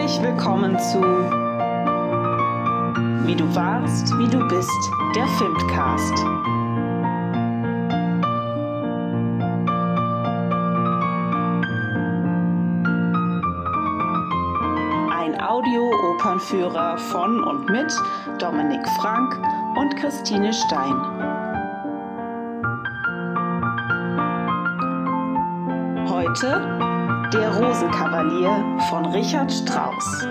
Herzlich willkommen zu Wie du warst, wie du bist, der Filmcast. Ein Audio-Opernführer von und mit Dominik Frank und Christine Stein. Heute Der Rosenkavalier von Richard Strauss.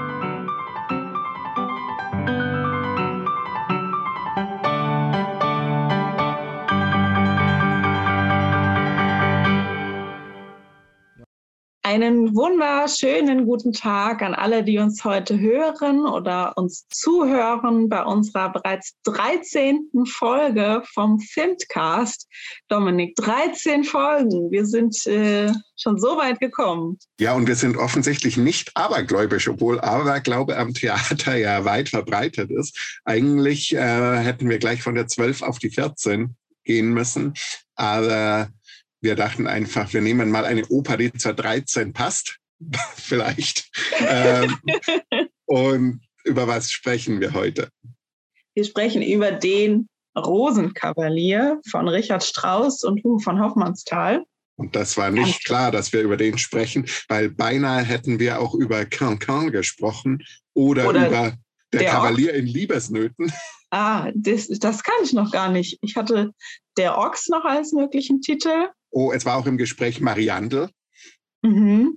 Einen wunderschönen guten Tag an alle, die uns heute hören oder uns zuhören bei unserer bereits 13. Folge vom Filmcast. Dominik, 13 Folgen. Wir sind schon so weit gekommen. Ja, und wir sind offensichtlich nicht abergläubisch, obwohl Aberglaube am Theater ja weit verbreitet ist. Eigentlich hätten wir gleich von der 12 auf die 14 gehen müssen, aber wir dachten einfach, wir nehmen mal eine Oper, die zur 13 passt, vielleicht. Und über was sprechen wir heute? Wir sprechen über den Rosenkavalier von Richard Strauss und Hugo von Hofmannsthal. Und das war nicht klar, dass wir über den sprechen, weil beinahe hätten wir auch über Cancan gesprochen oder über der Kavalier in Liebesnöten. Das kann ich noch gar nicht. Ich hatte der Ochs noch als möglichen Titel. Oh, es war auch im Gespräch Mariandel. Mhm.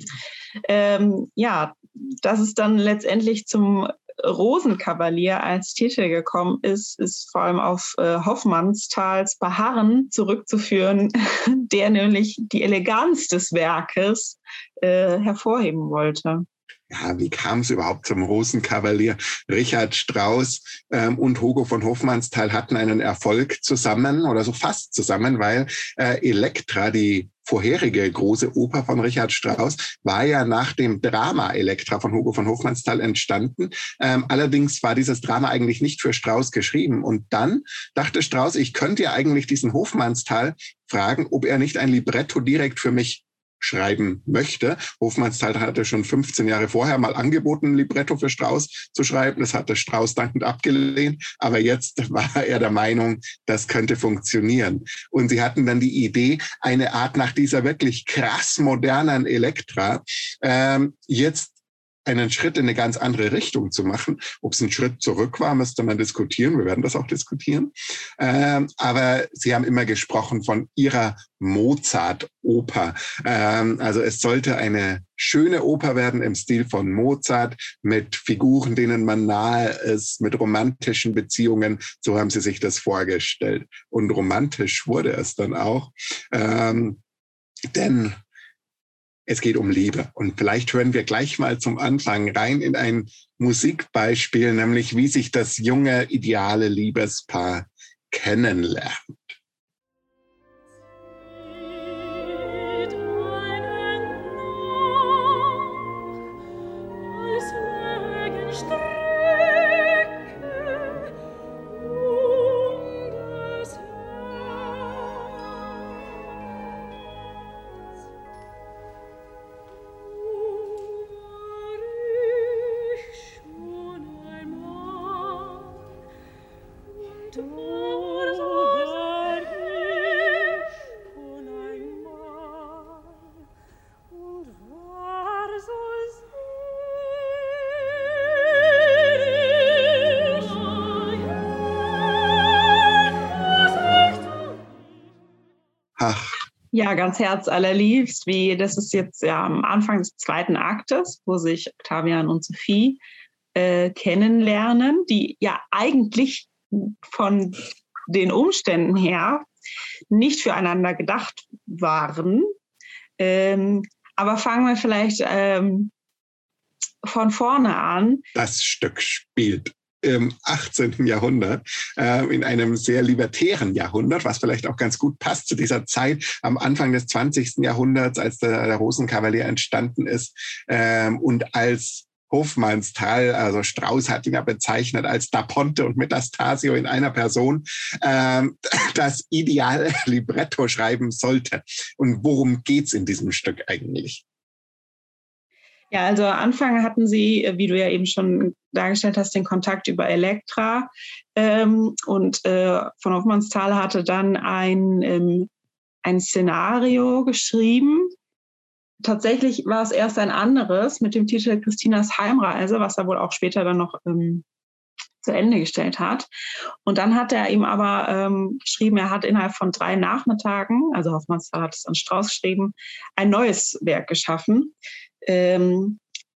Dass es dann letztendlich zum Rosenkavalier als Titel gekommen ist vor allem auf Hofmannsthals Beharren zurückzuführen, der nämlich die Eleganz des Werkes hervorheben wollte. Ja, wie kam es überhaupt zum Rosenkavalier? Richard Strauss und Hugo von Hofmannsthal hatten einen Erfolg zusammen oder so fast zusammen, weil Elektra, die vorherige große Oper von Richard Strauss, war ja nach dem Drama Elektra von Hugo von Hofmannsthal entstanden. Allerdings war dieses Drama eigentlich nicht für Strauss geschrieben. Und dann dachte Strauss, ich könnte ja eigentlich diesen Hofmannsthal fragen, ob er nicht ein Libretto direkt für mich schreiben möchte. Hofmannsthal hatte schon 15 Jahre vorher mal angeboten, ein Libretto für Strauss zu schreiben. Das hatte Strauss dankend abgelehnt. Aber jetzt war er der Meinung, das könnte funktionieren. Und sie hatten dann die Idee, eine Art nach dieser wirklich krass modernen Elektra jetzt einen Schritt in eine ganz andere Richtung zu machen. Ob es ein Schritt zurück war, müsste man diskutieren. Wir werden das auch diskutieren. Aber sie haben immer gesprochen von ihrer Mozart-Oper. Also es sollte eine schöne Oper werden im Stil von Mozart, mit Figuren, denen man nahe ist, mit romantischen Beziehungen. So haben sie sich das vorgestellt. Und romantisch wurde es dann auch. Denn es geht um Liebe. Und vielleicht hören wir gleich mal zum Anfang rein in ein Musikbeispiel, nämlich wie sich das junge, ideale Liebespaar kennenlernt. Ja, ganz herzallerliebst, das ist jetzt ja am Anfang des 2. Aktes, wo sich Octavian und Sophie kennenlernen, die ja eigentlich von den Umständen her nicht füreinander gedacht waren. Aber fangen wir vielleicht von vorne an. Das Stück spielt im 18. Jahrhundert, in einem sehr libertären Jahrhundert, was vielleicht auch ganz gut passt zu dieser Zeit am Anfang des 20. Jahrhunderts, als der Rosenkavalier entstanden ist und als Hofmannsthal, also Strauss hat ihn ja bezeichnet als Da Ponte und Metastasio in einer Person, das ideale Libretto schreiben sollte. Und worum geht's in diesem Stück eigentlich? Ja, also am Anfang hatten sie, wie du ja eben schon dargestellt hast, den Kontakt über Elektra. Und von Hofmannsthal hatte dann ein Szenario geschrieben. Tatsächlich war es erst ein anderes mit dem Titel Christinas Heimreise, was er wohl auch später dann noch zu Ende gestellt hat. Und dann hat er ihm aber geschrieben, er hat innerhalb von 3 Nachmittagen, also Hofmannsthal hat es an Strauß geschrieben, ein neues Werk geschaffen, in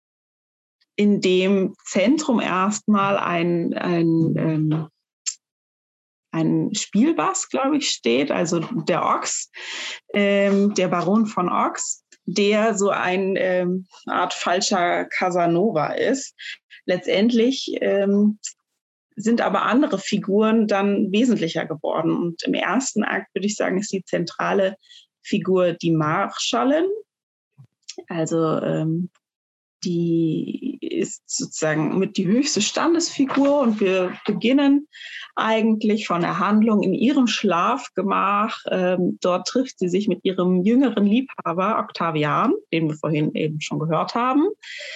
dem Zentrum erstmal ein Spielbass, glaube ich, steht, also der Ochs, der Baron von Ochs, der so eine Art falscher Casanova ist. Letztendlich sind aber andere Figuren dann wesentlicher geworden. Und im ersten Akt, würde ich sagen, ist die zentrale Figur die Marschallin. Also die ist sozusagen mit die höchste Standesfigur und wir beginnen eigentlich von der Handlung in ihrem Schlafgemach. Dort trifft sie sich mit ihrem jüngeren Liebhaber Octavian, den wir vorhin eben schon gehört haben.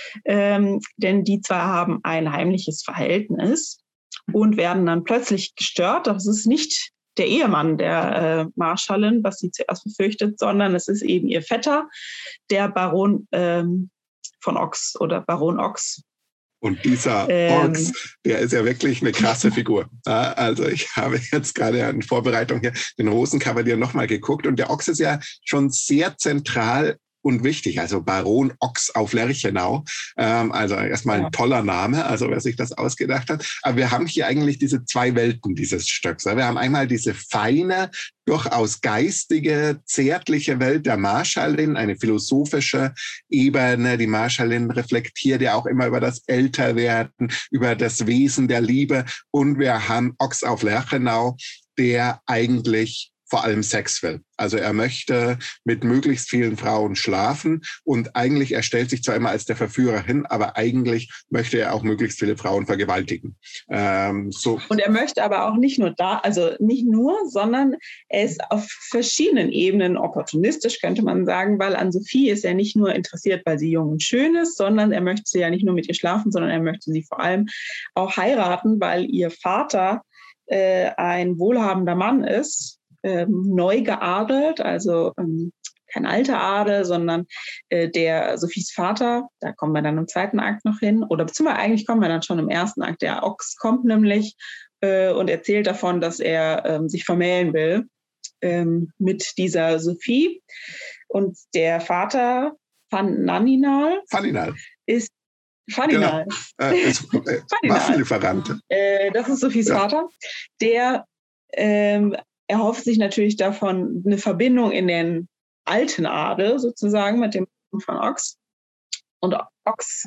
Denn die zwei haben ein heimliches Verhältnis und werden dann plötzlich gestört. Das ist nicht der Ehemann der Marschallin, was sie zuerst befürchtet, sondern es ist eben ihr Vetter, der Baron von Ochs oder Baron Ochs. Und dieser Ochs, der ist ja wirklich eine krasse Figur. Also ich habe jetzt gerade in Vorbereitung hier den Rosenkavalier nochmal geguckt und der Ochs ist ja schon sehr zentral und wichtig, also Baron Ochs auf Lerchenau. Also erstmal ein toller Name, also wer sich das ausgedacht hat. Aber wir haben hier eigentlich diese 2 Welten dieses Stücks. Wir haben einmal diese feine, durchaus geistige, zärtliche Welt der Marschallin, eine philosophische Ebene. Die Marschallin reflektiert ja auch immer über das Älterwerden, über das Wesen der Liebe. Und wir haben Ochs auf Lerchenau, der eigentlich vor allem Sex will. Also er möchte mit möglichst vielen Frauen schlafen und eigentlich, er stellt sich zwar immer als der Verführer hin, aber eigentlich möchte er auch möglichst viele Frauen vergewaltigen. So. Und er möchte aber auch nicht nur sondern er ist auf verschiedenen Ebenen opportunistisch, könnte man sagen, weil an Sophie ist er nicht nur interessiert, weil sie jung und schön ist, sondern er möchte ja nicht nur mit ihr schlafen, sondern er möchte sie vor allem auch heiraten, weil ihr Vater ein wohlhabender Mann ist, neu geadelt, also kein alter Adel, sondern der Sophies Vater, da kommen wir dann im 2. Akt noch hin, oder beziehungsweise eigentlich kommen wir dann schon im 1. Akt. Der Ochs kommt nämlich und erzählt davon, dass er sich vermählen will mit dieser Sophie. Und der Vater, Faninal, ist Faninal. Genau. Waffenlieferant. Das ist Sophies Vater, der erhofft sich natürlich davon eine Verbindung in den alten Adel sozusagen mit dem von Ochs. Und Ochs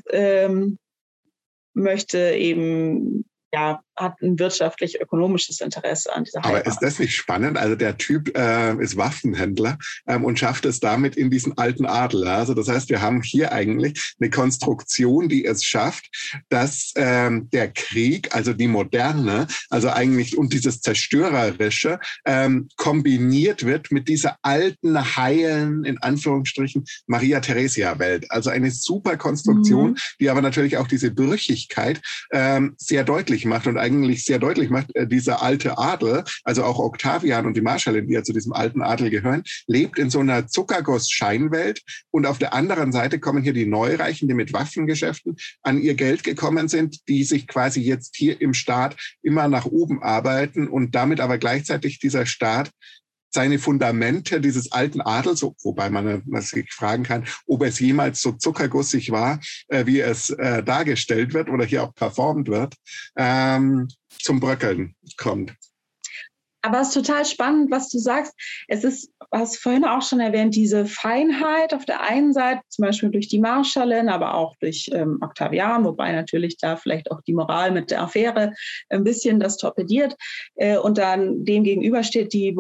möchte eben, hat ein wirtschaftlich-ökonomisches Interesse an dieser Heirat. Aber ist das nicht spannend? Also der Typ ist Waffenhändler und schafft es damit in diesen alten Adel. Also das heißt, wir haben hier eigentlich eine Konstruktion, die es schafft, dass der Krieg, also die Moderne, also eigentlich und dieses Zerstörerische kombiniert wird mit dieser alten, heilen, in Anführungsstrichen, Maria Theresia-Welt. Also eine super Konstruktion, die aber natürlich auch diese Brüchigkeit sehr deutlich macht und eigentlich sehr deutlich macht, dieser alte Adel, also auch Octavian und die Marschallin, die ja zu diesem alten Adel gehören, lebt in so einer Zuckerguss-Scheinwelt und auf der anderen Seite kommen hier die Neureichen, die mit Waffengeschäften an ihr Geld gekommen sind, die sich quasi jetzt hier im Staat immer nach oben arbeiten und damit aber gleichzeitig dieser Staat seine Fundamente dieses alten Adels, wobei man sich fragen kann, ob es jemals so zuckergussig war, wie es dargestellt wird oder hier auch performt wird, zum Bröckeln kommt. Aber es ist total spannend, was du sagst. Es ist, was vorhin auch schon erwähnt, diese Feinheit auf der einen Seite, zum Beispiel durch die Marschallin, aber auch durch Octavian, wobei natürlich da vielleicht auch die Moral mit der Affäre ein bisschen das torpediert. Und dann dem gegenüber steht die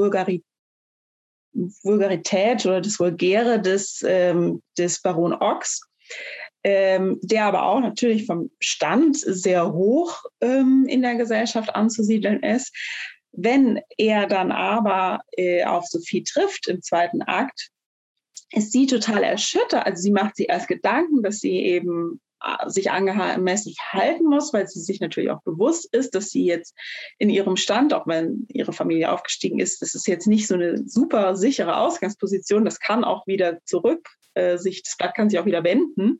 Vulgarität oder das Vulgäre des Baron Ochs, der aber auch natürlich vom Stand sehr hoch in der Gesellschaft anzusiedeln ist. Wenn er dann aber auf Sophie trifft im 2. Akt, ist sie total erschüttert. Also sie macht sich erst Gedanken, dass sie eben sich angemessen verhalten muss, weil sie sich natürlich auch bewusst ist, dass sie jetzt in ihrem Stand, auch wenn ihre Familie aufgestiegen ist, das ist jetzt nicht so eine super sichere Ausgangsposition. Das kann auch wieder das Blatt kann sich auch wieder wenden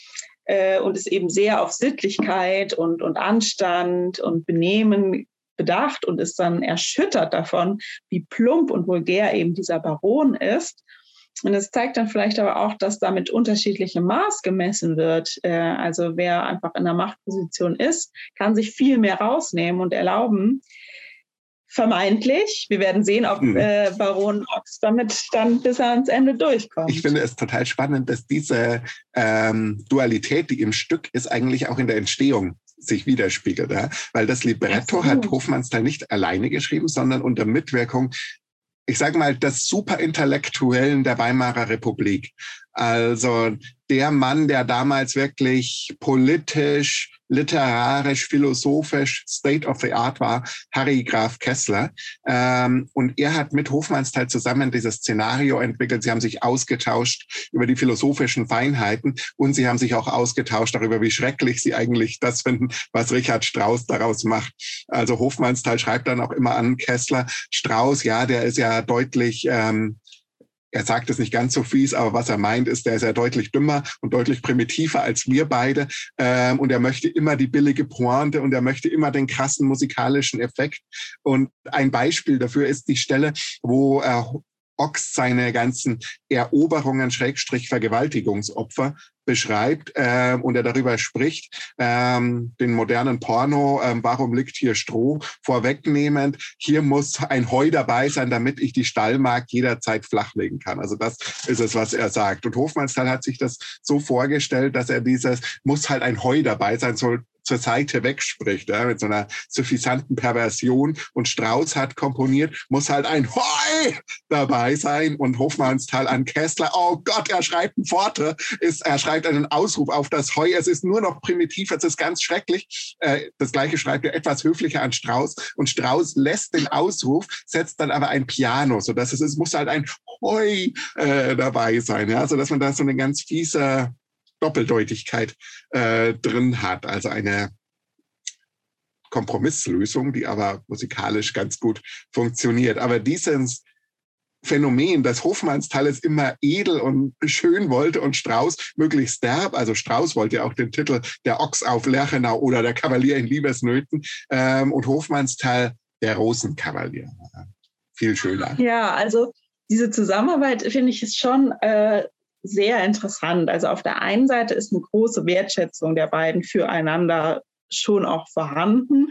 und ist eben sehr auf Sittlichkeit und Anstand und Benehmen bedacht und ist dann erschüttert davon, wie plump und vulgär eben dieser Baron ist. Und es zeigt dann vielleicht aber auch, dass da mit unterschiedlichem Maß gemessen wird. Also wer einfach in einer Machtposition ist, kann sich viel mehr rausnehmen und erlauben. Vermeintlich. Wir werden sehen, ob Baron Ochs damit dann bis ans Ende durchkommt. Ich finde es total spannend, dass diese Dualität, die im Stück ist, eigentlich auch in der Entstehung sich widerspiegelt. Ja? Weil das Libretto hat Hofmannsthal nicht alleine geschrieben, sondern unter Mitwirkung, ich sage mal, des Superintellektuellen der Weimarer Republik. Also der Mann, der damals wirklich politisch, literarisch, philosophisch State of the Art war, Harry Graf Kessler. Und er hat mit Hofmannsthal zusammen dieses Szenario entwickelt. Sie haben sich ausgetauscht über die philosophischen Feinheiten und sie haben sich auch ausgetauscht darüber, wie schrecklich sie eigentlich das finden, was Richard Strauss daraus macht. Also Hofmannsthal schreibt dann auch immer an Kessler, Strauss, ja, der ist ja deutlich... er sagt es nicht ganz so fies, aber was er meint ist, der ist ja deutlich dümmer und deutlich primitiver als wir beide. Und er möchte immer die billige Pointe und er möchte immer den krassen musikalischen Effekt. Und ein Beispiel dafür ist die Stelle, wo Ochs seine ganzen Eroberungen, Schrägstrich Vergewaltigungsopfer beschreibt und er darüber spricht, den modernen Porno, warum liegt hier Stroh, vorwegnehmend, hier muss ein Heu dabei sein, damit ich die Stallmark jederzeit flachlegen kann. Also das ist es, was er sagt. Und Hofmannsthal hat sich das so vorgestellt, dass er muss halt ein Heu dabei sein, soll zur Seite wegspricht, ja, mit so einer suffisanten Perversion. Und Strauss hat komponiert, muss halt ein Heu dabei sein. Und Hofmannsthal an Kessler, oh Gott, er schreibt ein Pforte, er schreibt einen Ausruf auf das Heu, es ist nur noch primitiv, es ist ganz schrecklich. Das Gleiche schreibt er etwas höflicher an Strauss. Und Strauss lässt den Ausruf, setzt dann aber ein Piano, sodass es muss halt ein Heu dabei sein, ja, sodass man da so eine ganz fiese Doppeldeutigkeit drin hat. Also eine Kompromisslösung, die aber musikalisch ganz gut funktioniert. Aber dieses Phänomen, dass Hofmannsthal es immer edel und schön wollte und Strauss möglichst derb, also Strauss wollte ja auch den Titel Der Ochs auf Lerchenau oder Der Kavalier in Liebesnöten und Hofmannsthal der Rosenkavalier. Viel schöner. Ja, also diese Zusammenarbeit, finde ich, ist schon sehr interessant. Also auf der einen Seite ist eine große Wertschätzung der beiden füreinander schon auch vorhanden.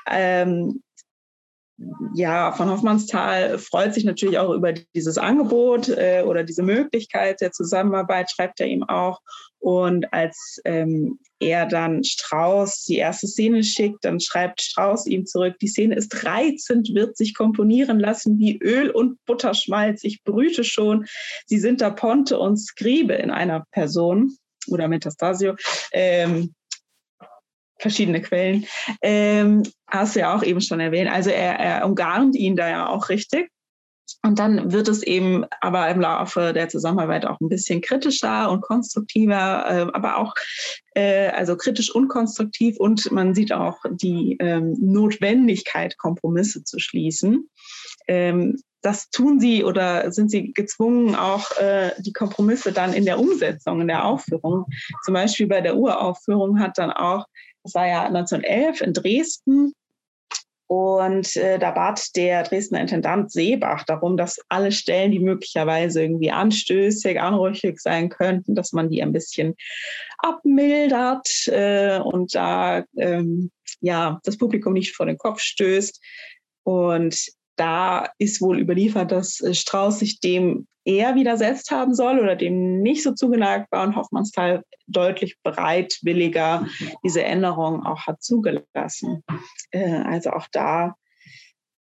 Ja, von Hofmannsthal freut sich natürlich auch über dieses Angebot oder diese Möglichkeit der Zusammenarbeit, schreibt er ihm auch. Und als er dann Strauss die erste Szene schickt, dann schreibt Strauss ihm zurück, die Szene ist reizend, wird sich komponieren lassen wie Öl und Butterschmalz. Ich brüte schon, sie sind da Ponte und Scribe in einer Person oder Metastasio. Verschiedene Quellen, hast du ja auch eben schon erwähnt. Also er umgarnt ihn da ja auch richtig. Und dann wird es eben aber im Laufe der Zusammenarbeit auch ein bisschen kritischer und konstruktiver, aber auch also kritisch und konstruktiv. Und man sieht auch die Notwendigkeit, Kompromisse zu schließen. Das tun sie oder sind sie gezwungen, auch die Kompromisse dann in der Umsetzung, in der Aufführung. Zum Beispiel bei der Uraufführung hat dann auch, das war ja 1911 in Dresden, und da bat der Dresdner Intendant Seebach darum, dass alle Stellen, die möglicherweise irgendwie anstößig, anrüchig sein könnten, dass man die ein bisschen abmildert und da das Publikum nicht vor den Kopf stößt. Und da ist wohl überliefert, dass Strauss sich dem eher widersetzt haben soll oder dem nicht so zugeneigt war und Hofmannsthal deutlich bereitwilliger diese Änderung auch hat zugelassen. Also auch da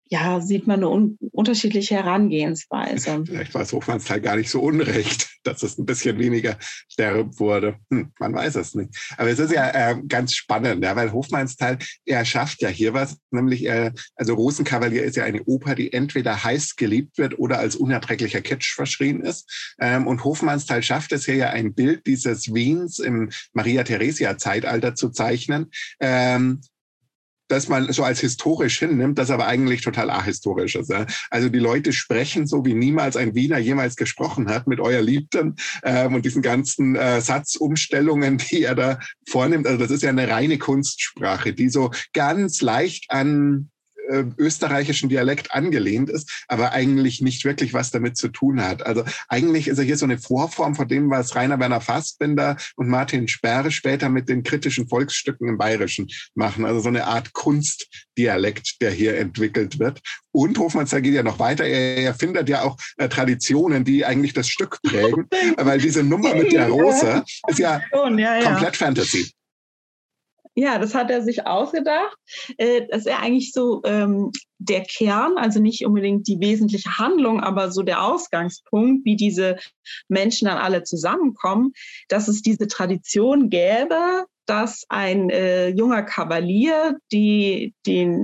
ja, sieht man eine unterschiedliche Herangehensweise. Vielleicht war es Hofmannsthal gar nicht so unrecht, dass es ein bisschen weniger derb wurde. Man weiß es nicht. Aber es ist ja ganz spannend, ja, weil Hofmannsthal, er schafft ja hier was, nämlich, also Rosenkavalier ist ja eine Oper, die entweder heiß geliebt wird oder als unerträglicher Kitsch verschrien ist. Und Hofmannsthal schafft es hier ja, ein Bild dieses Wiens im Maria-Theresia-Zeitalter zu zeichnen, dass man so als historisch hinnimmt, das aber eigentlich total ahistorisch ist. Ja? Also die Leute sprechen so, wie niemals ein Wiener jemals gesprochen hat mit euer Liebten und diesen ganzen Satzumstellungen, die er da vornimmt. Also das ist ja eine reine Kunstsprache, die so ganz leicht an österreichischen Dialekt angelehnt ist, aber eigentlich nicht wirklich was damit zu tun hat. Also eigentlich ist er hier so eine Vorform von dem, was Rainer Werner Fassbinder und Martin Sperr später mit den kritischen Volksstücken im Bayerischen machen. Also so eine Art Kunstdialekt, der hier entwickelt wird. Und Hofmannsthal geht ja noch weiter. Er erfindet ja auch Traditionen, die eigentlich das Stück prägen, weil diese Nummer mit der Rose ist ja komplett Fantasy. Ja, das hat er sich ausgedacht. Das ist ja eigentlich so der Kern, also nicht unbedingt die wesentliche Handlung, aber so der Ausgangspunkt, wie diese Menschen dann alle zusammenkommen, dass es diese Tradition gäbe, dass ein junger Kavalier die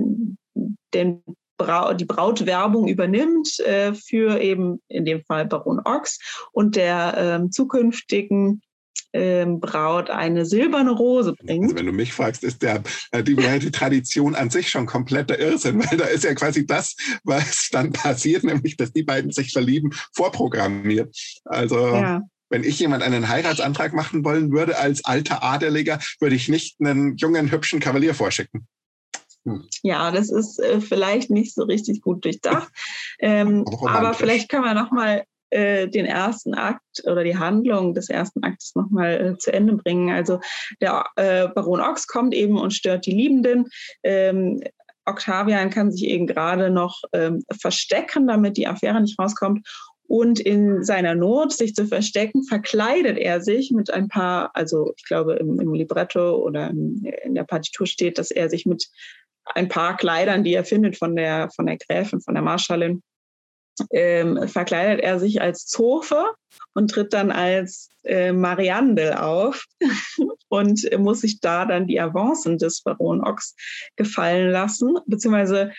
Brautwerbung übernimmt für eben in dem Fall Baron Ochs und der zukünftigen Braut eine silberne Rose bringt. Also wenn du mich fragst, ist die Tradition an sich schon kompletter Irrsinn, weil da ist ja quasi das, was dann passiert, nämlich, dass die beiden sich verlieben, vorprogrammiert. Also wenn ich jemand einen Heiratsantrag machen wollen würde als alter Adeliger, würde ich nicht einen jungen, hübschen Kavalier vorschicken. Ja, das ist vielleicht nicht so richtig gut durchdacht. Aber vielleicht können wir nochmal den ersten Akt oder die Handlung des ersten Aktes nochmal zu Ende bringen. Also der Baron Ochs kommt eben und stört die Liebenden. Octavian kann sich eben gerade noch verstecken, damit die Affäre nicht rauskommt. Und in seiner Not, sich zu verstecken, verkleidet er sich mit ein paar, also ich glaube im Libretto oder in der Partitur steht, dass er sich mit ein paar Kleidern, die er findet von der Gräfin, von der Marschallin, verkleidet er sich als Zofe und tritt dann als Mariandel auf und muss sich da dann die Avancen des Baron Ochs gefallen lassen, beziehungsweise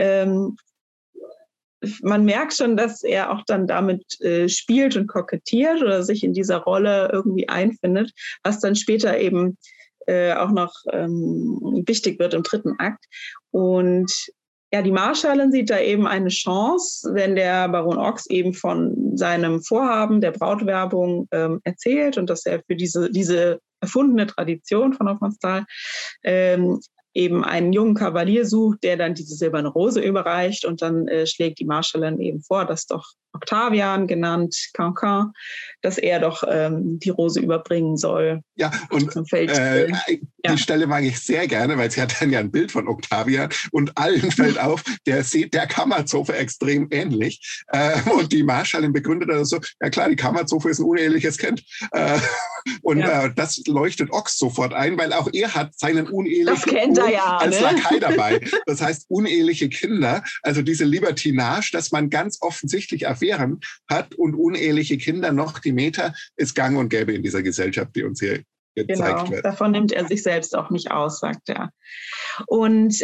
man merkt schon, dass er auch dann damit spielt und kokettiert oder sich in dieser Rolle irgendwie einfindet, was dann später eben auch noch wichtig wird im dritten Akt. Und ja, die Marschallin sieht da eben eine Chance, wenn der Baron Ochs eben von seinem Vorhaben der Brautwerbung erzählt und dass er für diese erfundene Tradition von Hofmannsthal eben einen jungen Kavalier sucht, der dann diese silberne Rose überreicht und dann schlägt die Marschallin eben vor, dass doch Octavian, genannt Cancan, dass er doch die Rose überbringen soll. Ja, und die Stelle mag ich sehr gerne, weil sie hat dann ja ein Bild von Octavian und allen fällt auf, der sieht der Kammerzofe extrem ähnlich. Und die Marschallin begründet das so, ja klar, die Kammerzofe ist ein uneheliches Kind. Das leuchtet Ochs sofort ein, weil auch er hat seinen unehelichen Sohn als Lakai dabei. Das heißt, uneheliche Kinder, also diese Libertinage, dass man ganz offensichtlich Affären hat und uneheliche Kinder noch, die Meta ist gang und gäbe in dieser Gesellschaft, die uns hier gezeigt wird. Davon nimmt er sich selbst auch nicht aus, sagt er. Und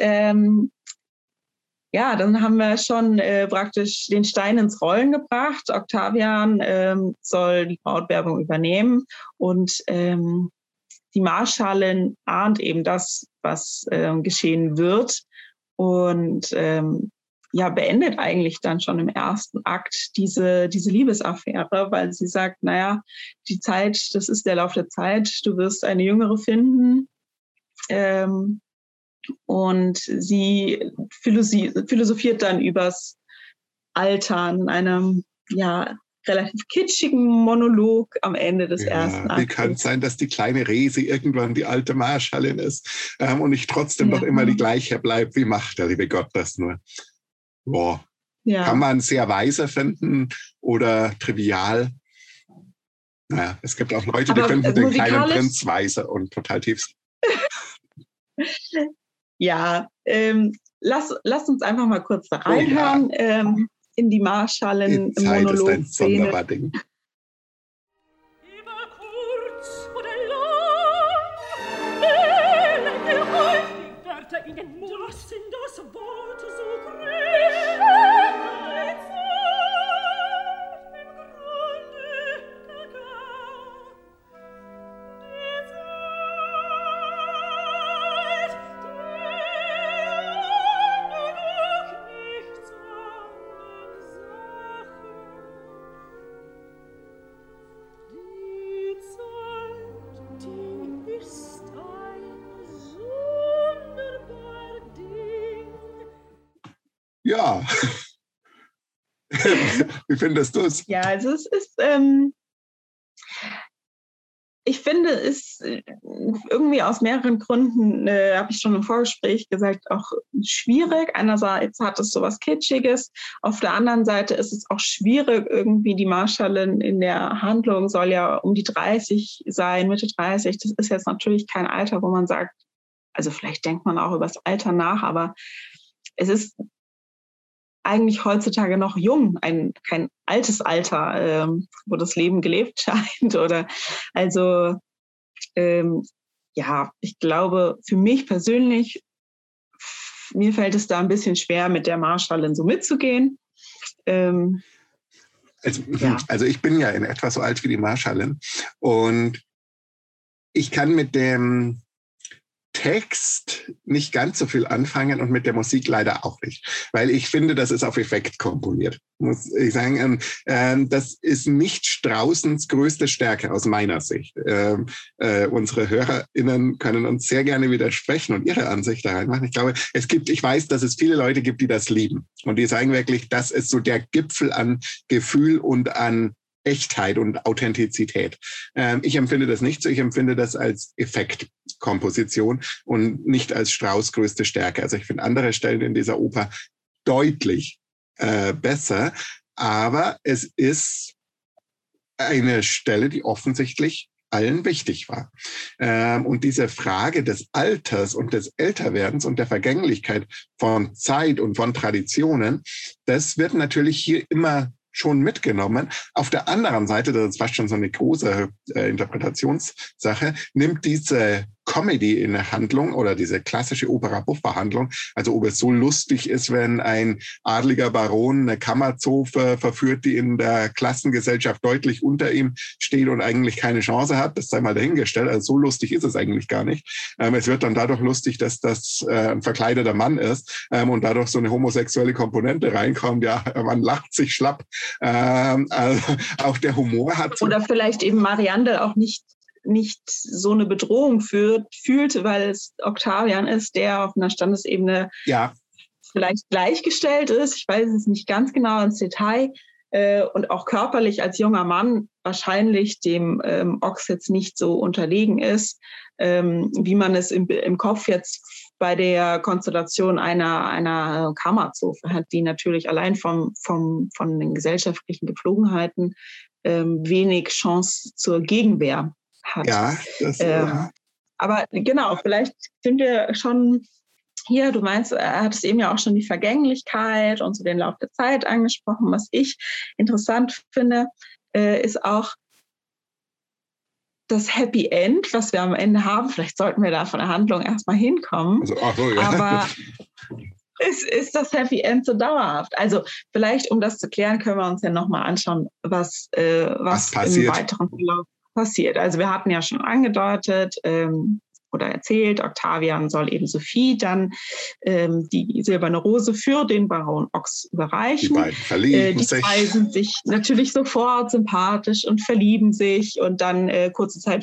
dann haben wir schon praktisch den Stein ins Rollen gebracht. Octavian soll die Brautwerbung übernehmen und die Marschallin ahnt eben das, was geschehen wird und beendet eigentlich dann schon im ersten Akt diese Liebesaffäre, weil sie sagt, naja, die Zeit, das ist der Lauf der Zeit, du wirst eine Jüngere finden. Und sie philosophiert dann übers Altern in einem relativ kitschigen Monolog am Ende des ersten Aktes. Wie kann es sein, dass die kleine Resi irgendwann die alte Marschallin ist und ich trotzdem doch immer die gleiche bleibe? Wie macht der liebe Gott das nur? Boah. Ja. Kann man sehr weise finden oder trivial? Naja, es gibt auch Leute, die finden den kleinen Prinz weise und total tief. Ja, lass uns einfach mal kurz da reinhören in die Marschallin die Zeit ist ein Monolog-Szene. sonderbar Ding. In den Mund, das in das Wort so Ja. Wie findest du es? Ja, also es ist, ich finde es irgendwie aus mehreren Gründen, habe ich schon im Vorgespräch gesagt, auch schwierig. Einerseits hat es so was Kitschiges, auf der anderen Seite ist es auch schwierig, irgendwie die Marschallin in der Handlung soll ja um die 30 sein, Mitte 30. Das ist jetzt natürlich kein Alter, wo man sagt, also vielleicht denkt man auch über das Alter nach, aber es ist eigentlich heutzutage noch jung, kein altes Alter, wo das Leben gelebt scheint. Oder also ja, ich glaube, für mich persönlich, mir fällt es da ein bisschen schwer, mit der Marschallin so mitzugehen. Also ich bin ja in etwa so alt wie die Marschallin und ich kann mit dem Text nicht ganz so viel anfangen und mit der Musik leider auch nicht, weil ich finde, das ist auf Effekt komponiert, muss ich sagen. Das ist nicht Straussens größte Stärke aus meiner Sicht. Unsere HörerInnen können uns sehr gerne widersprechen und ihre Ansicht da reinmachen. Ich weiß, dass es viele Leute gibt, die das lieben und die sagen wirklich, das ist so der Gipfel an Gefühl und an Echtheit und Authentizität. Ich empfinde das nicht so. Ich empfinde das als Effektkomposition und nicht als Strauss' größte Stärke. Also ich finde andere Stellen in dieser Oper deutlich besser, aber es ist eine Stelle, die offensichtlich allen wichtig war. Und diese Frage des Alters und des Älterwerdens und der Vergänglichkeit von Zeit und von Traditionen, das wird natürlich hier immer schon mitgenommen. Auf der anderen Seite, das ist fast schon so eine große Interpretationssache, nimmt diese Comedy in der Handlung oder diese klassische Opera-Buffa-Handlung, also ob es so lustig ist, wenn ein adliger Baron eine Kammerzofe verführt, die in der Klassengesellschaft deutlich unter ihm steht und eigentlich keine Chance hat, das sei mal dahingestellt, also so lustig ist es eigentlich gar nicht. Es wird dann dadurch lustig, dass das ein verkleideter Mann ist und dadurch so eine homosexuelle Komponente reinkommt, ja, man lacht sich schlapp. Also auch der Humor hat... So oder vielleicht eben Mariandel auch nicht so eine Bedrohung fühlt, weil es Octavian ist, der auf einer Standesebene vielleicht gleichgestellt ist. Ich weiß es nicht ganz genau ins Detail. Und auch körperlich als junger Mann wahrscheinlich dem Ochs jetzt nicht so unterlegen ist, wie man es im Kopf jetzt bei der Konstellation einer Kammerzofe hat, die natürlich allein von den gesellschaftlichen Gepflogenheiten wenig Chance zur Gegenwehr hat. Ja, aber genau, vielleicht sind wir schon hier, du meinst, er hat es eben ja auch schon die Vergänglichkeit und so den Lauf der Zeit angesprochen. Was ich interessant finde, ist auch das Happy End, was wir am Ende haben. Vielleicht sollten wir da von der Handlung erstmal hinkommen. Also, ja. Aber ist das Happy End so dauerhaft? Also vielleicht, um das zu klären, können wir uns ja nochmal anschauen, was im weiteren Verlauf passiert. Also wir hatten ja schon angedeutet oder erzählt, Octavian soll eben Sophie dann die silberne Rose für den Baron Ochs überreichen. Die beiden verlieben sich. Die zwei sind sich natürlich sofort sympathisch und verlieben sich und dann kurze Zeit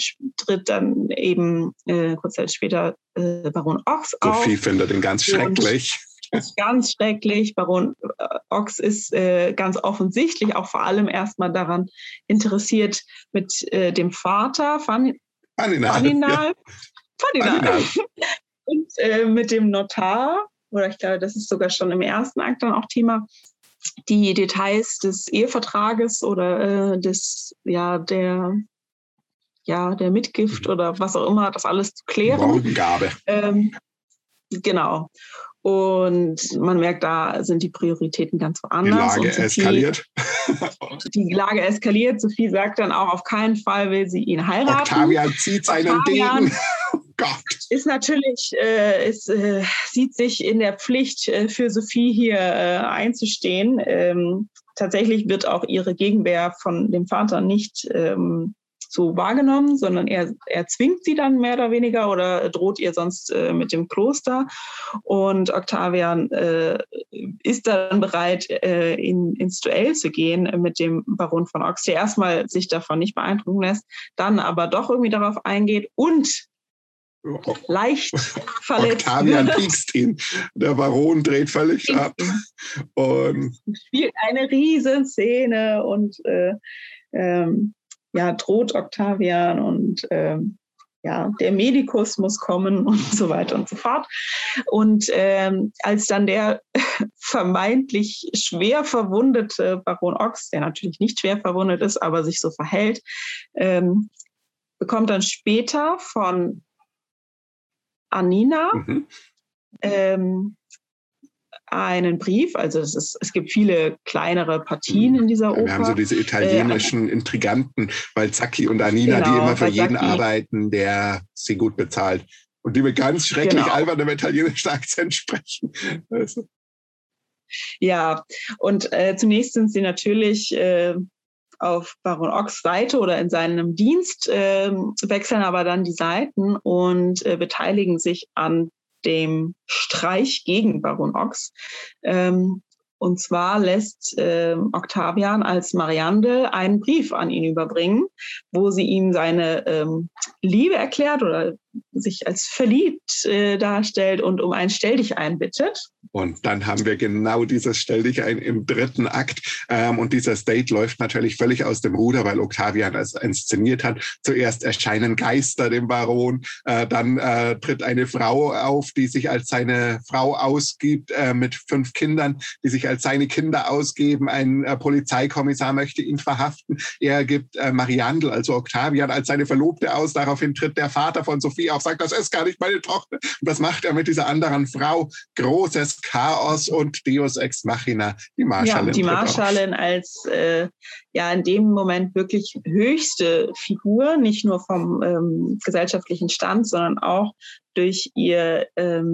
später Baron Ochs auf. Sophie findet ihn ganz schrecklich. Ganz schrecklich. Baron Ochs ist ganz offensichtlich auch vor allem erstmal daran interessiert, mit dem Vater Faninal und mit dem Notar, oder ich glaube, das ist sogar schon im ersten Akt dann auch Thema, die Details des Ehevertrages oder der Mitgift oder was auch immer, das alles zu klären. Morgengabe. Genau. Und man merkt, da sind die Prioritäten ganz woanders. Die Lage eskaliert. Die Lage eskaliert. Sophie sagt dann auch, auf keinen Fall will sie ihn heiraten. Octavian zieht seinen Degen. Oh Gott. Ist natürlich, sieht sich in der Pflicht, für Sophie hier einzustehen. Tatsächlich wird auch ihre Gegenwehr von dem Vater nicht so wahrgenommen, sondern er zwingt sie dann mehr oder weniger oder droht ihr sonst mit dem Kloster. Und Octavian ist dann bereit, ins Duell zu gehen mit dem Baron von Ox, der erstmal sich davon nicht beeindrucken lässt, dann aber doch irgendwie darauf eingeht und leicht verletzt Octavian piekst ihn. Der Baron dreht völlig ab. Und spielt eine Riesenszene und droht Octavian und der Medikus muss kommen und so weiter und so fort. Und als dann der vermeintlich schwer verwundete Baron Ox, der natürlich nicht schwer verwundet ist, aber sich so verhält, bekommt dann später von Annina einen Brief, also es gibt viele kleinere Partien in dieser Oper. Wir haben so diese italienischen Intriganten, Balzacchi und Annina, die immer für jeden arbeiten, der sie gut bezahlt. Und die mit ganz schrecklich albernem italienischen Akzent sprechen. Also. Ja, und zunächst sind sie natürlich auf Baron Ox' Seite oder in seinem Dienst, wechseln aber dann die Seiten und beteiligen sich an dem Streich gegen Baron Ox. Und zwar lässt Octavian als Mariandel einen Brief an ihn überbringen, wo sie ihm seine Liebe erklärt oder sich als verliebt darstellt und um ein Stelldichein bittet. Und dann haben wir genau dieses Stelldichein im 3. Akt. Und dieses Date läuft natürlich völlig aus dem Ruder, weil Octavian es inszeniert hat. Zuerst erscheinen Geister dem Baron, dann tritt eine Frau auf, die sich als seine Frau ausgibt, mit 5 Kindern, die sich als seine Kinder ausgeben. Ein Polizeikommissar möchte ihn verhaften. Er gibt Mariandel, also Octavian, als seine Verlobte aus. Daraufhin tritt der Vater von Sophie auf, sagt, das ist gar nicht meine Tochter. Und was macht er mit dieser anderen Frau? Großes Chaos und Deus Ex Machina, die Marschallin. Ja, die Marschallin als in dem Moment wirklich höchste Figur, nicht nur vom gesellschaftlichen Stand, sondern auch durch ihr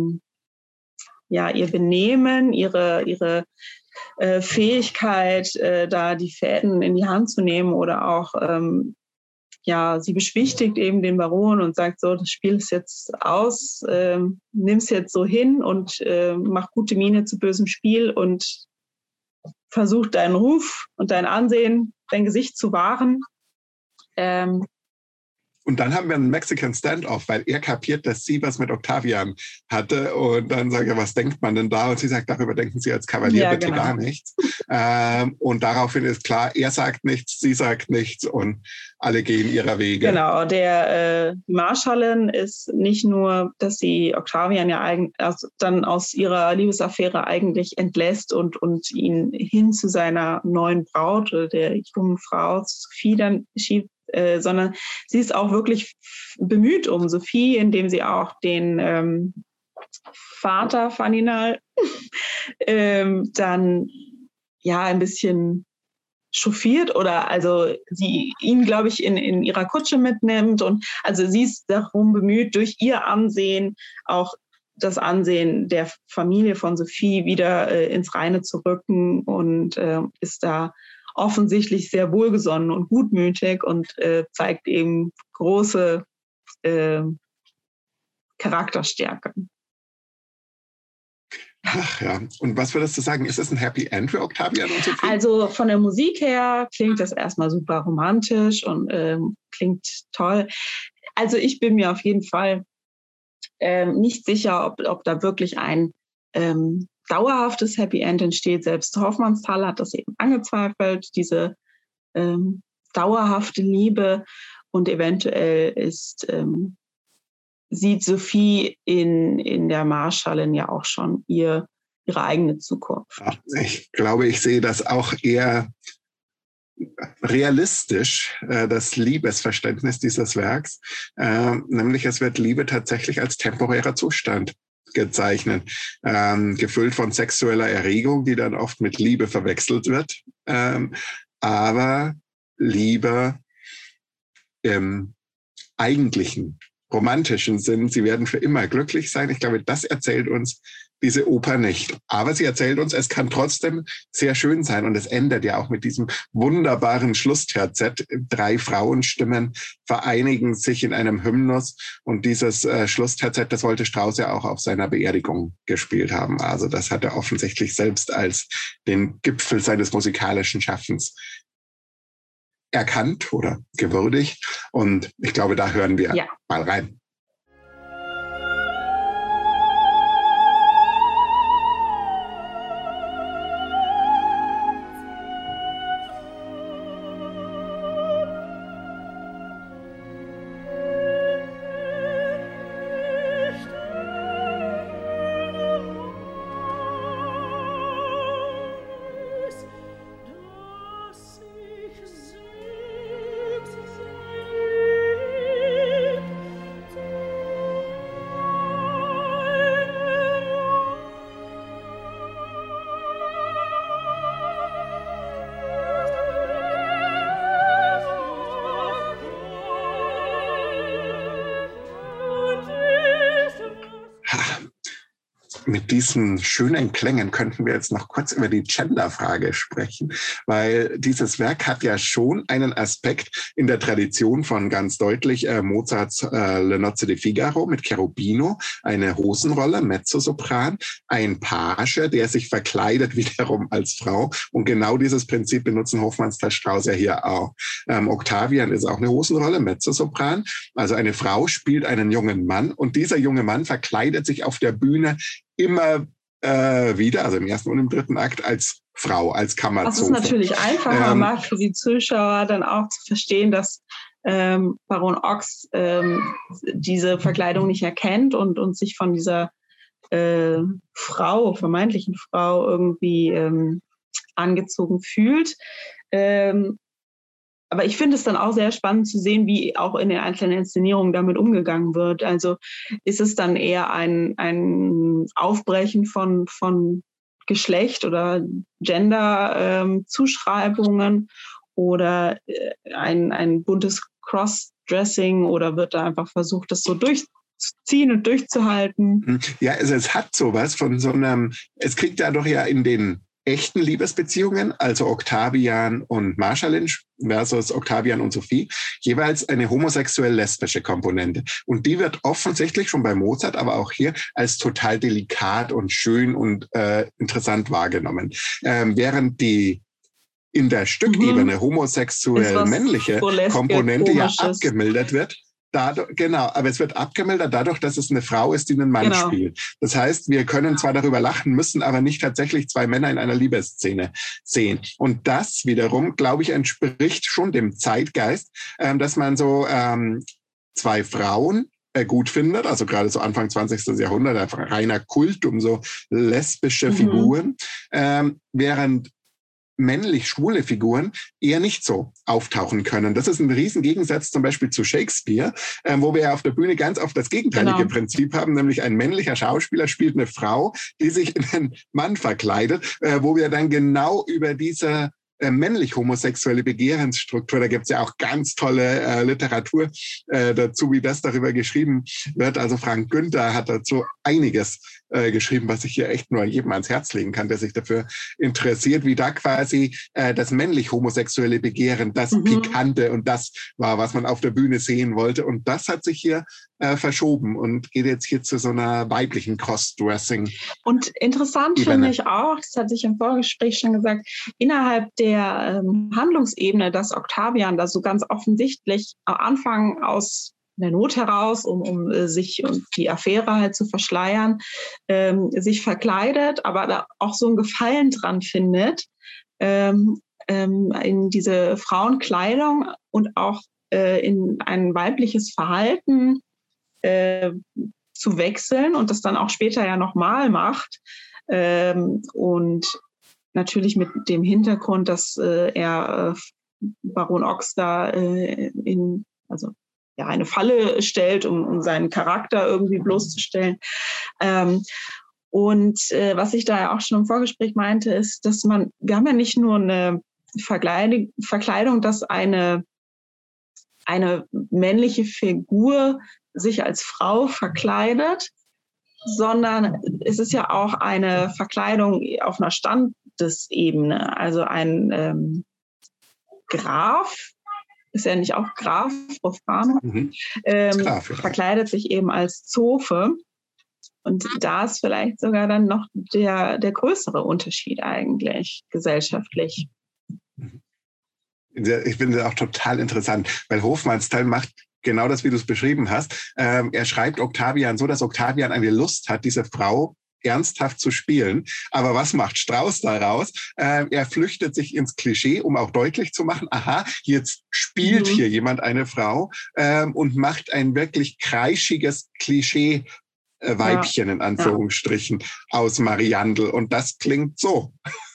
Benehmen, ihre Fähigkeit, da die Fäden in die Hand zu nehmen oder auch sie beschwichtigt eben den Baron und sagt so, das Spiel ist jetzt aus, nimm's jetzt so hin und mach gute Miene zu bösem Spiel und versuch deinen Ruf und dein Ansehen, dein Gesicht zu wahren. Und dann haben wir einen Mexican Standoff, weil er kapiert, dass sie was mit Octavian hatte. Und dann sagt er, was denkt man denn da? Und sie sagt, darüber denken Sie als Kavalier bitte gar nichts. Und daraufhin ist klar, er sagt nichts, sie sagt nichts und alle gehen ihrer Wege. Genau, die Marschallin ist nicht nur, dass sie Octavian dann aus ihrer Liebesaffäre eigentlich entlässt und ihn hin zu seiner neuen Braut oder der jungen Frau Sophie dann schiebt, sondern sie ist auch wirklich bemüht um Sophie, indem sie auch den Vater Faninal dann ein bisschen chauffiert oder also sie ihn, glaube ich, in ihrer Kutsche mitnimmt und also sie ist darum bemüht, durch ihr Ansehen auch das Ansehen der Familie von Sophie wieder ins Reine zu rücken und ist da offensichtlich sehr wohlgesonnen und gutmütig und zeigt eben große Charakterstärke. Ach ja, und was würdest du sagen, ist es ein Happy End für Octavian und Sophie? Also von der Musik her klingt das erstmal super romantisch und klingt toll. Also ich bin mir auf jeden Fall nicht sicher, ob da wirklich ein dauerhaftes Happy End entsteht. Selbst Hoffmannsthal hat das eben angezweifelt, diese dauerhafte Liebe und eventuell sieht Sophie in der Marschallin ja auch schon ihre eigene Zukunft. Ja, ich glaube, ich sehe das auch eher realistisch, das Liebesverständnis dieses Werks, nämlich es wird Liebe tatsächlich als temporärer Zustand gezeichnet, gefüllt von sexueller Erregung, die dann oft mit Liebe verwechselt wird, aber Liebe im eigentlichen romantischen Sinn, sie werden für immer glücklich sein. Ich glaube, das erzählt uns diese Oper nicht. Aber sie erzählt uns, es kann trotzdem sehr schön sein. Und es endet ja auch mit diesem wunderbaren Schlussterzett. 3 Frauenstimmen vereinigen sich in einem Hymnus. Und dieses Schlussterzett, das wollte Strauss ja auch auf seiner Beerdigung gespielt haben. Also das hat er offensichtlich selbst als den Gipfel seines musikalischen Schaffens erkannt oder gewürdigt. Und ich glaube, da hören wir mal rein. Mit diesen schönen Klängen könnten wir jetzt noch kurz über die Genderfrage sprechen, weil dieses Werk hat ja schon einen Aspekt in der Tradition von ganz deutlich Mozarts Le Nozze di Figaro mit Cherubino, eine Hosenrolle, Mezzosopran, ein Page, der sich verkleidet wiederum als Frau. Und genau dieses Prinzip benutzen Hofmannsthal, Strauss ja hier auch. Octavian ist auch eine Hosenrolle, Mezzosopran. Also eine Frau spielt einen jungen Mann und dieser junge Mann verkleidet sich auf der Bühne immer wieder, also im ersten und im dritten Akt, als Frau, als Kammerzofe. Was es natürlich einfacher macht für die Zuschauer dann auch zu verstehen, dass Baron Ochs diese Verkleidung nicht erkennt und sich von dieser vermeintlichen Frau irgendwie angezogen fühlt. Aber ich finde es dann auch sehr spannend zu sehen, wie auch in den einzelnen Inszenierungen damit umgegangen wird. Also ist es dann eher ein Aufbrechen von Geschlecht oder Gender-Zuschreibungen oder ein buntes Crossdressing oder wird da einfach versucht, das so durchzuziehen und durchzuhalten? Ja, es hat sowas von so einem, es kriegt dadurch ja in den echten Liebesbeziehungen, also Octavian und Marschallin versus Octavian und Sophie, jeweils eine homosexuell-lesbische Komponente. Und die wird offensichtlich schon bei Mozart, aber auch hier als total delikat und schön und interessant wahrgenommen. Während die in der Stückebene homosexuell-männliche Komponente ja abgemildert wird, genau, aber es wird abgemildert dadurch, dass es eine Frau ist, die einen Mann spielt. Das heißt, wir können zwar darüber lachen, müssen aber nicht tatsächlich 2 Männer in einer Liebesszene sehen. Und das wiederum, glaube ich, entspricht schon dem Zeitgeist, dass man so 2 Frauen gut findet, also gerade so Anfang 20. Jahrhundert, einfach reiner Kult um so lesbische Figuren, während männlich schwule Figuren eher nicht so auftauchen können. Das ist ein riesen Gegensatz zum Beispiel zu Shakespeare, wo wir ja auf der Bühne ganz oft das gegenteilige Prinzip haben, nämlich ein männlicher Schauspieler spielt eine Frau, die sich in einen Mann verkleidet, wo wir dann genau über diese männlich-homosexuelle Begehrensstruktur, da gibt es ja auch ganz tolle Literatur dazu, wie das darüber geschrieben wird. Also Frank Günther hat dazu einiges geschrieben, was ich hier echt nur jedem ans Herz legen kann, der sich dafür interessiert, wie da quasi das männlich-homosexuelle Begehren, das Pikante und das war, was man auf der Bühne sehen wollte. Und das hat sich hier verschoben und geht jetzt hier zu so einer weiblichen Crossdressing. Und interessant finde ich auch, das hatte ich im Vorgespräch schon gesagt, innerhalb der Handlungsebene, dass Octavian da so ganz offensichtlich am Anfang aus der Not heraus, um sich und die Affäre halt zu verschleiern, sich verkleidet, aber da auch so ein Gefallen dran findet, in diese Frauenkleidung und auch in ein weibliches Verhalten zu wechseln und das dann auch später ja nochmal macht. Und natürlich mit dem Hintergrund, dass er Baron Ochs da ja, eine Falle stellt, um seinen Charakter irgendwie bloßzustellen. Was ich da ja auch schon im Vorgespräch meinte, ist, dass wir haben ja nicht nur eine Verkleidung, dass eine männliche Figur sich als Frau verkleidet, sondern es ist ja auch eine Verkleidung auf einer Standesebene. Also ein Graf, ist ja nicht auch Graf, Profano, verkleidet sich eben als Zofe. Und da ist vielleicht sogar dann noch der größere Unterschied eigentlich gesellschaftlich. Ich finde das auch total interessant, weil Hofmannsthal macht genau das, wie du es beschrieben hast. Er schreibt Octavian so, dass Octavian eine Lust hat, diese Frau ernsthaft zu spielen. Aber was macht Strauß daraus? Er flüchtet sich ins Klischee, um auch deutlich zu machen, aha, jetzt spielt hier jemand eine Frau und macht ein wirklich kreischiges Klischee Weibchen in Anführungsstrichen aus Mariandel. Und das klingt so.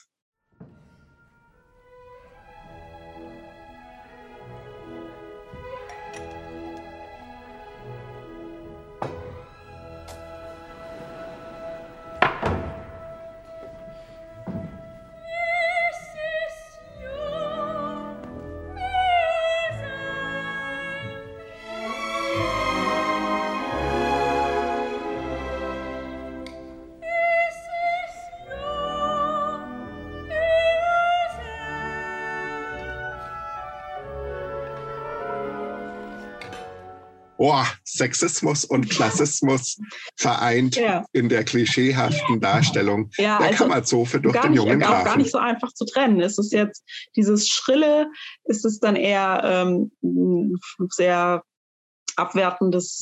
Sexismus und Klassismus vereint in der klischeehaften Darstellung der Kammerzofe durch den jungen Grafen. Auch gar nicht so einfach zu trennen. Ist es jetzt dieses Schrille, ist es dann eher sehr abwertendes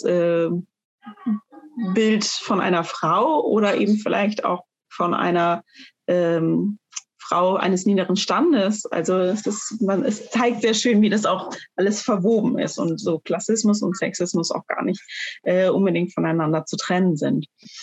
Bild von einer Frau oder eben vielleicht auch von einer Frau eines niederen Standes. Also es zeigt sehr schön, wie das auch alles verwoben ist und so Klassismus und Sexismus auch gar nicht unbedingt voneinander zu trennen sind.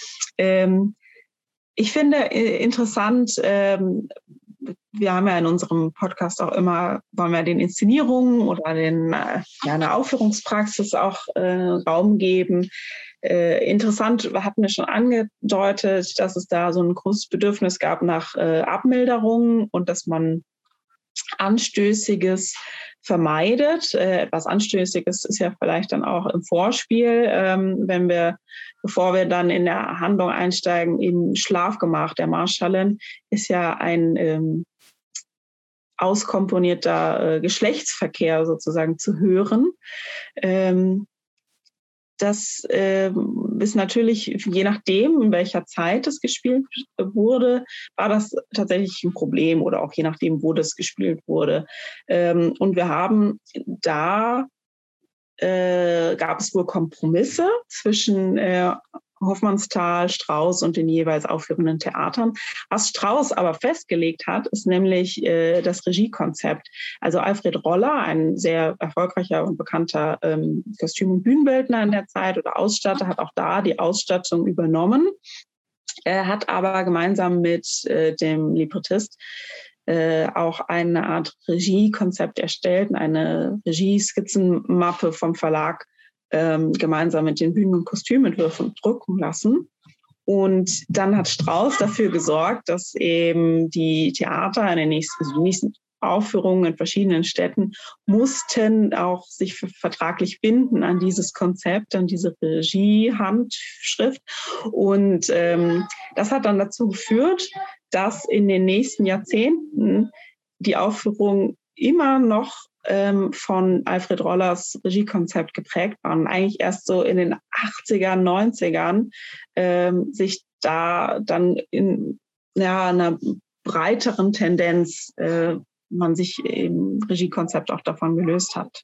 Ich finde interessant, wir haben ja in unserem Podcast auch immer, wollen wir den Inszenierungen oder einer Aufführungspraxis auch Raum geben. Interessant, hatten wir schon angedeutet, dass es da so ein großes Bedürfnis gab nach Abmilderung und dass man Anstößiges vermeidet. Etwas Anstößiges ist ja vielleicht dann auch im Vorspiel, bevor wir dann in der Handlung einsteigen, im Schlafgemach der Marschallin ist ja ein auskomponierter Geschlechtsverkehr sozusagen zu hören. Das ist natürlich, je nachdem, in welcher Zeit es gespielt wurde, war das tatsächlich ein Problem oder auch je nachdem, wo das gespielt wurde. Und wir haben gab es wohl Kompromisse zwischen Hofmannsthal, Strauß und den jeweils aufführenden Theatern. Was Strauß aber festgelegt hat, ist nämlich das Regiekonzept. Also Alfred Roller, ein sehr erfolgreicher und bekannter Kostüm- und Bühnenbildner in der Zeit oder Ausstatter, hat auch da die Ausstattung übernommen. Er hat aber gemeinsam mit dem Librettist auch eine Art Regiekonzept erstellt, eine Regieskizzenmappe vom Verlag gemeinsam mit den Bühnen- und Kostümentwürfen drucken lassen. Und dann hat Strauß dafür gesorgt, dass eben die Theater in den nächsten Aufführungen in verschiedenen Städten mussten auch sich vertraglich binden an dieses Konzept, an diese Regiehandschrift. Und das hat dann dazu geführt, dass in den nächsten Jahrzehnten die Aufführung immer noch von Alfred Rollers Regiekonzept geprägt waren. Eigentlich erst so in den 80ern, 90ern sich da dann in einer breiteren Tendenz man sich im Regiekonzept auch davon gelöst hat.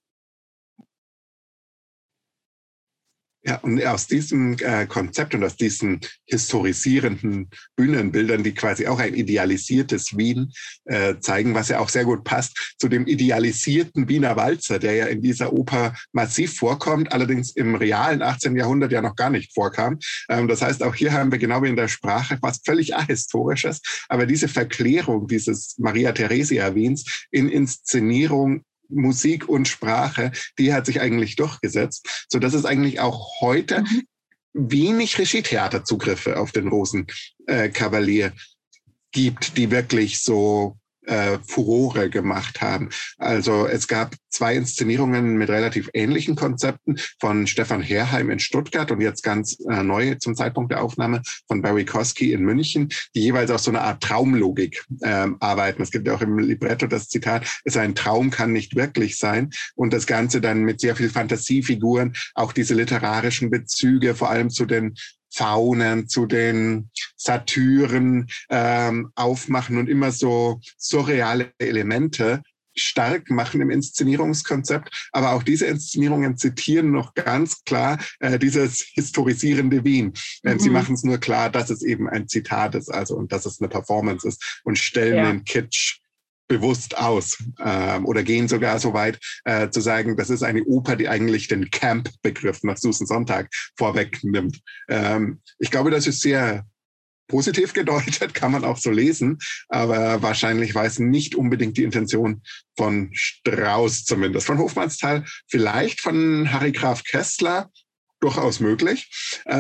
Ja, und aus diesem Konzept und aus diesen historisierenden Bühnenbildern, die quasi auch ein idealisiertes Wien zeigen, was ja auch sehr gut passt zu dem idealisierten Wiener Walzer, der ja in dieser Oper massiv vorkommt, allerdings im realen 18. Jahrhundert ja noch gar nicht vorkam. Das heißt, auch hier haben wir genau wie in der Sprache was völlig Ahistorisches, aber diese Verklärung dieses Maria Theresia Wiens in Inszenierung Musik und Sprache, die hat sich eigentlich durchgesetzt, sodass es eigentlich auch heute wenig Regietheaterzugriffe auf den Rosenkavalier gibt, die wirklich so Furore gemacht haben. Also es gab 2 Inszenierungen mit relativ ähnlichen Konzepten von Stefan Herheim in Stuttgart und jetzt ganz neu zum Zeitpunkt der Aufnahme von Barry Kosky in München, die jeweils auf so eine Art Traumlogik arbeiten. Es gibt ja auch im Libretto das Zitat, ein Traum kann nicht wirklich sein, und das Ganze dann mit sehr viel Fantasiefiguren, auch diese literarischen Bezüge, vor allem zu den Faunen, zu den Satyren aufmachen und immer so surreale Elemente stark machen im Inszenierungskonzept. Aber auch diese Inszenierungen zitieren noch ganz klar dieses historisierende Wien. Sie machen es nur klar, dass es eben ein Zitat ist, also, und dass es eine Performance ist, und stellen den Kitsch bewusst aus oder gehen sogar so weit zu sagen, das ist eine Oper, die eigentlich den Camp-Begriff nach Susan Sontag vorwegnimmt. Ich glaube, das ist sehr positiv gedeutet, kann man auch so lesen, aber wahrscheinlich war es nicht unbedingt die Intention von Strauss zumindest. Von Hofmannsthal vielleicht, von Harry Graf Kessler durchaus möglich,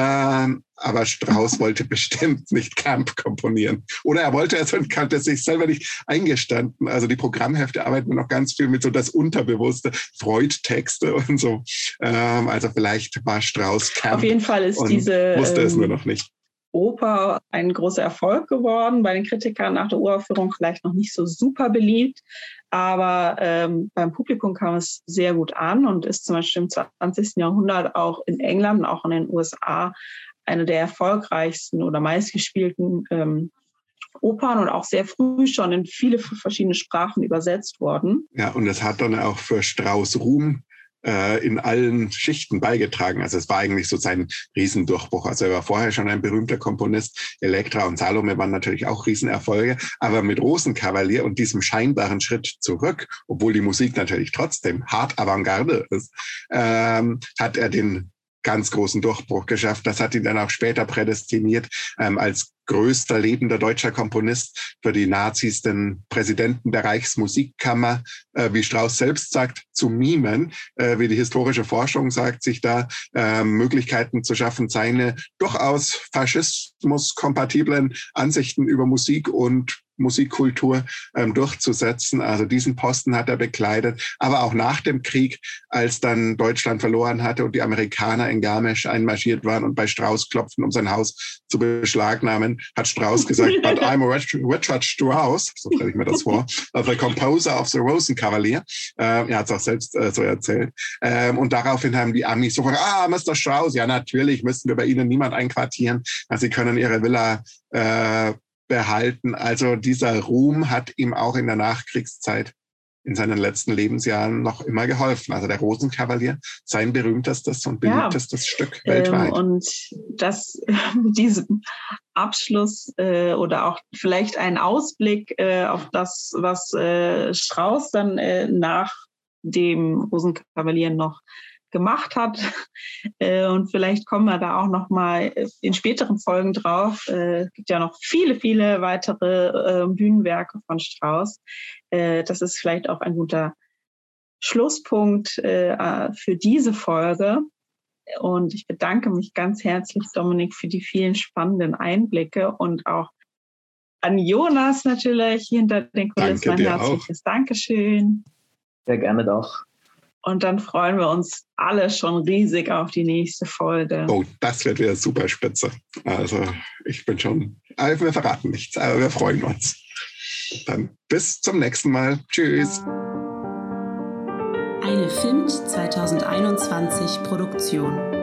aber Strauss wollte bestimmt nicht Camp komponieren. Oder er wollte es und kannte sich selber nicht eingestanden. Also die Programmhefte arbeiten noch ganz viel mit so das Unterbewusste, Freud-Texte und so. Also vielleicht war Strauss Camp. Auf jeden Fall ist diese wusste es nur noch nicht. Oper ein großer Erfolg geworden. Bei den Kritikern nach der Uraufführung vielleicht noch nicht so super beliebt, aber beim Publikum kam es sehr gut an und ist zum Beispiel im 20. Jahrhundert auch in England, auch in den USA eine der erfolgreichsten oder meistgespielten Opern und auch sehr früh schon in viele verschiedene Sprachen übersetzt worden. Ja, und es hat dann auch für Strauss Ruhm in allen Schichten beigetragen. Also es war eigentlich so sein Riesendurchbruch. Also er war vorher schon ein berühmter Komponist. Elektra und Salome waren natürlich auch Riesenerfolge. Aber mit Rosenkavalier und diesem scheinbaren Schritt zurück, obwohl die Musik natürlich trotzdem hart Avantgarde ist, hat er den ganz großen Durchbruch geschafft. Das hat ihn dann auch später prädestiniert, als größter lebender deutscher Komponist für die Nazis den Präsidenten der Reichsmusikkammer, wie Strauss selbst sagt, zu mimen, wie die historische Forschung sagt, sich da Möglichkeiten zu schaffen, seine durchaus faschismuskompatiblen Ansichten über Musik und Musikkultur durchzusetzen. Also diesen Posten hat er bekleidet. Aber auch nach dem Krieg, als dann Deutschland verloren hatte und die Amerikaner in Garmisch einmarschiert waren und bei Strauss klopften, um sein Haus zu beschlagnahmen, hat Strauss gesagt, but I'm a Richard Strauss, so stelle ich mir das vor, the composer of the Rosenkavalier. Er hat es auch selbst so erzählt. Und daraufhin haben die Amis so gesagt, Mr. Strauss, ja natürlich, müssten wir bei Ihnen niemand einquartieren. Also Sie können Ihre Villa behalten. Also dieser Ruhm hat ihm auch in der Nachkriegszeit in seinen letzten Lebensjahren noch immer geholfen. Also der Rosenkavalier, sein berühmtestes und beliebtestes Stück weltweit. Und das mit diesem Abschluss oder auch vielleicht ein Ausblick auf das, was Strauss dann nach dem Rosenkavalier noch gemacht hat. Und vielleicht kommen wir da auch noch mal in späteren Folgen drauf. Es gibt ja noch viele, viele weitere Bühnenwerke von Strauss. Das ist vielleicht auch ein guter Schlusspunkt für diese Folge. Und ich bedanke mich ganz herzlich, Dominik, für die vielen spannenden Einblicke und auch an Jonas natürlich hinter den Kulissen. Ein herzliches Dankeschön. Sehr gerne doch. Und dann freuen wir uns alle schon riesig auf die nächste Folge. Oh, das wird wieder super spitze. Also ich bin schon, wir verraten nichts, aber wir freuen uns. Dann bis zum nächsten Mal. Tschüss. Eine FIMT 2021 Produktion.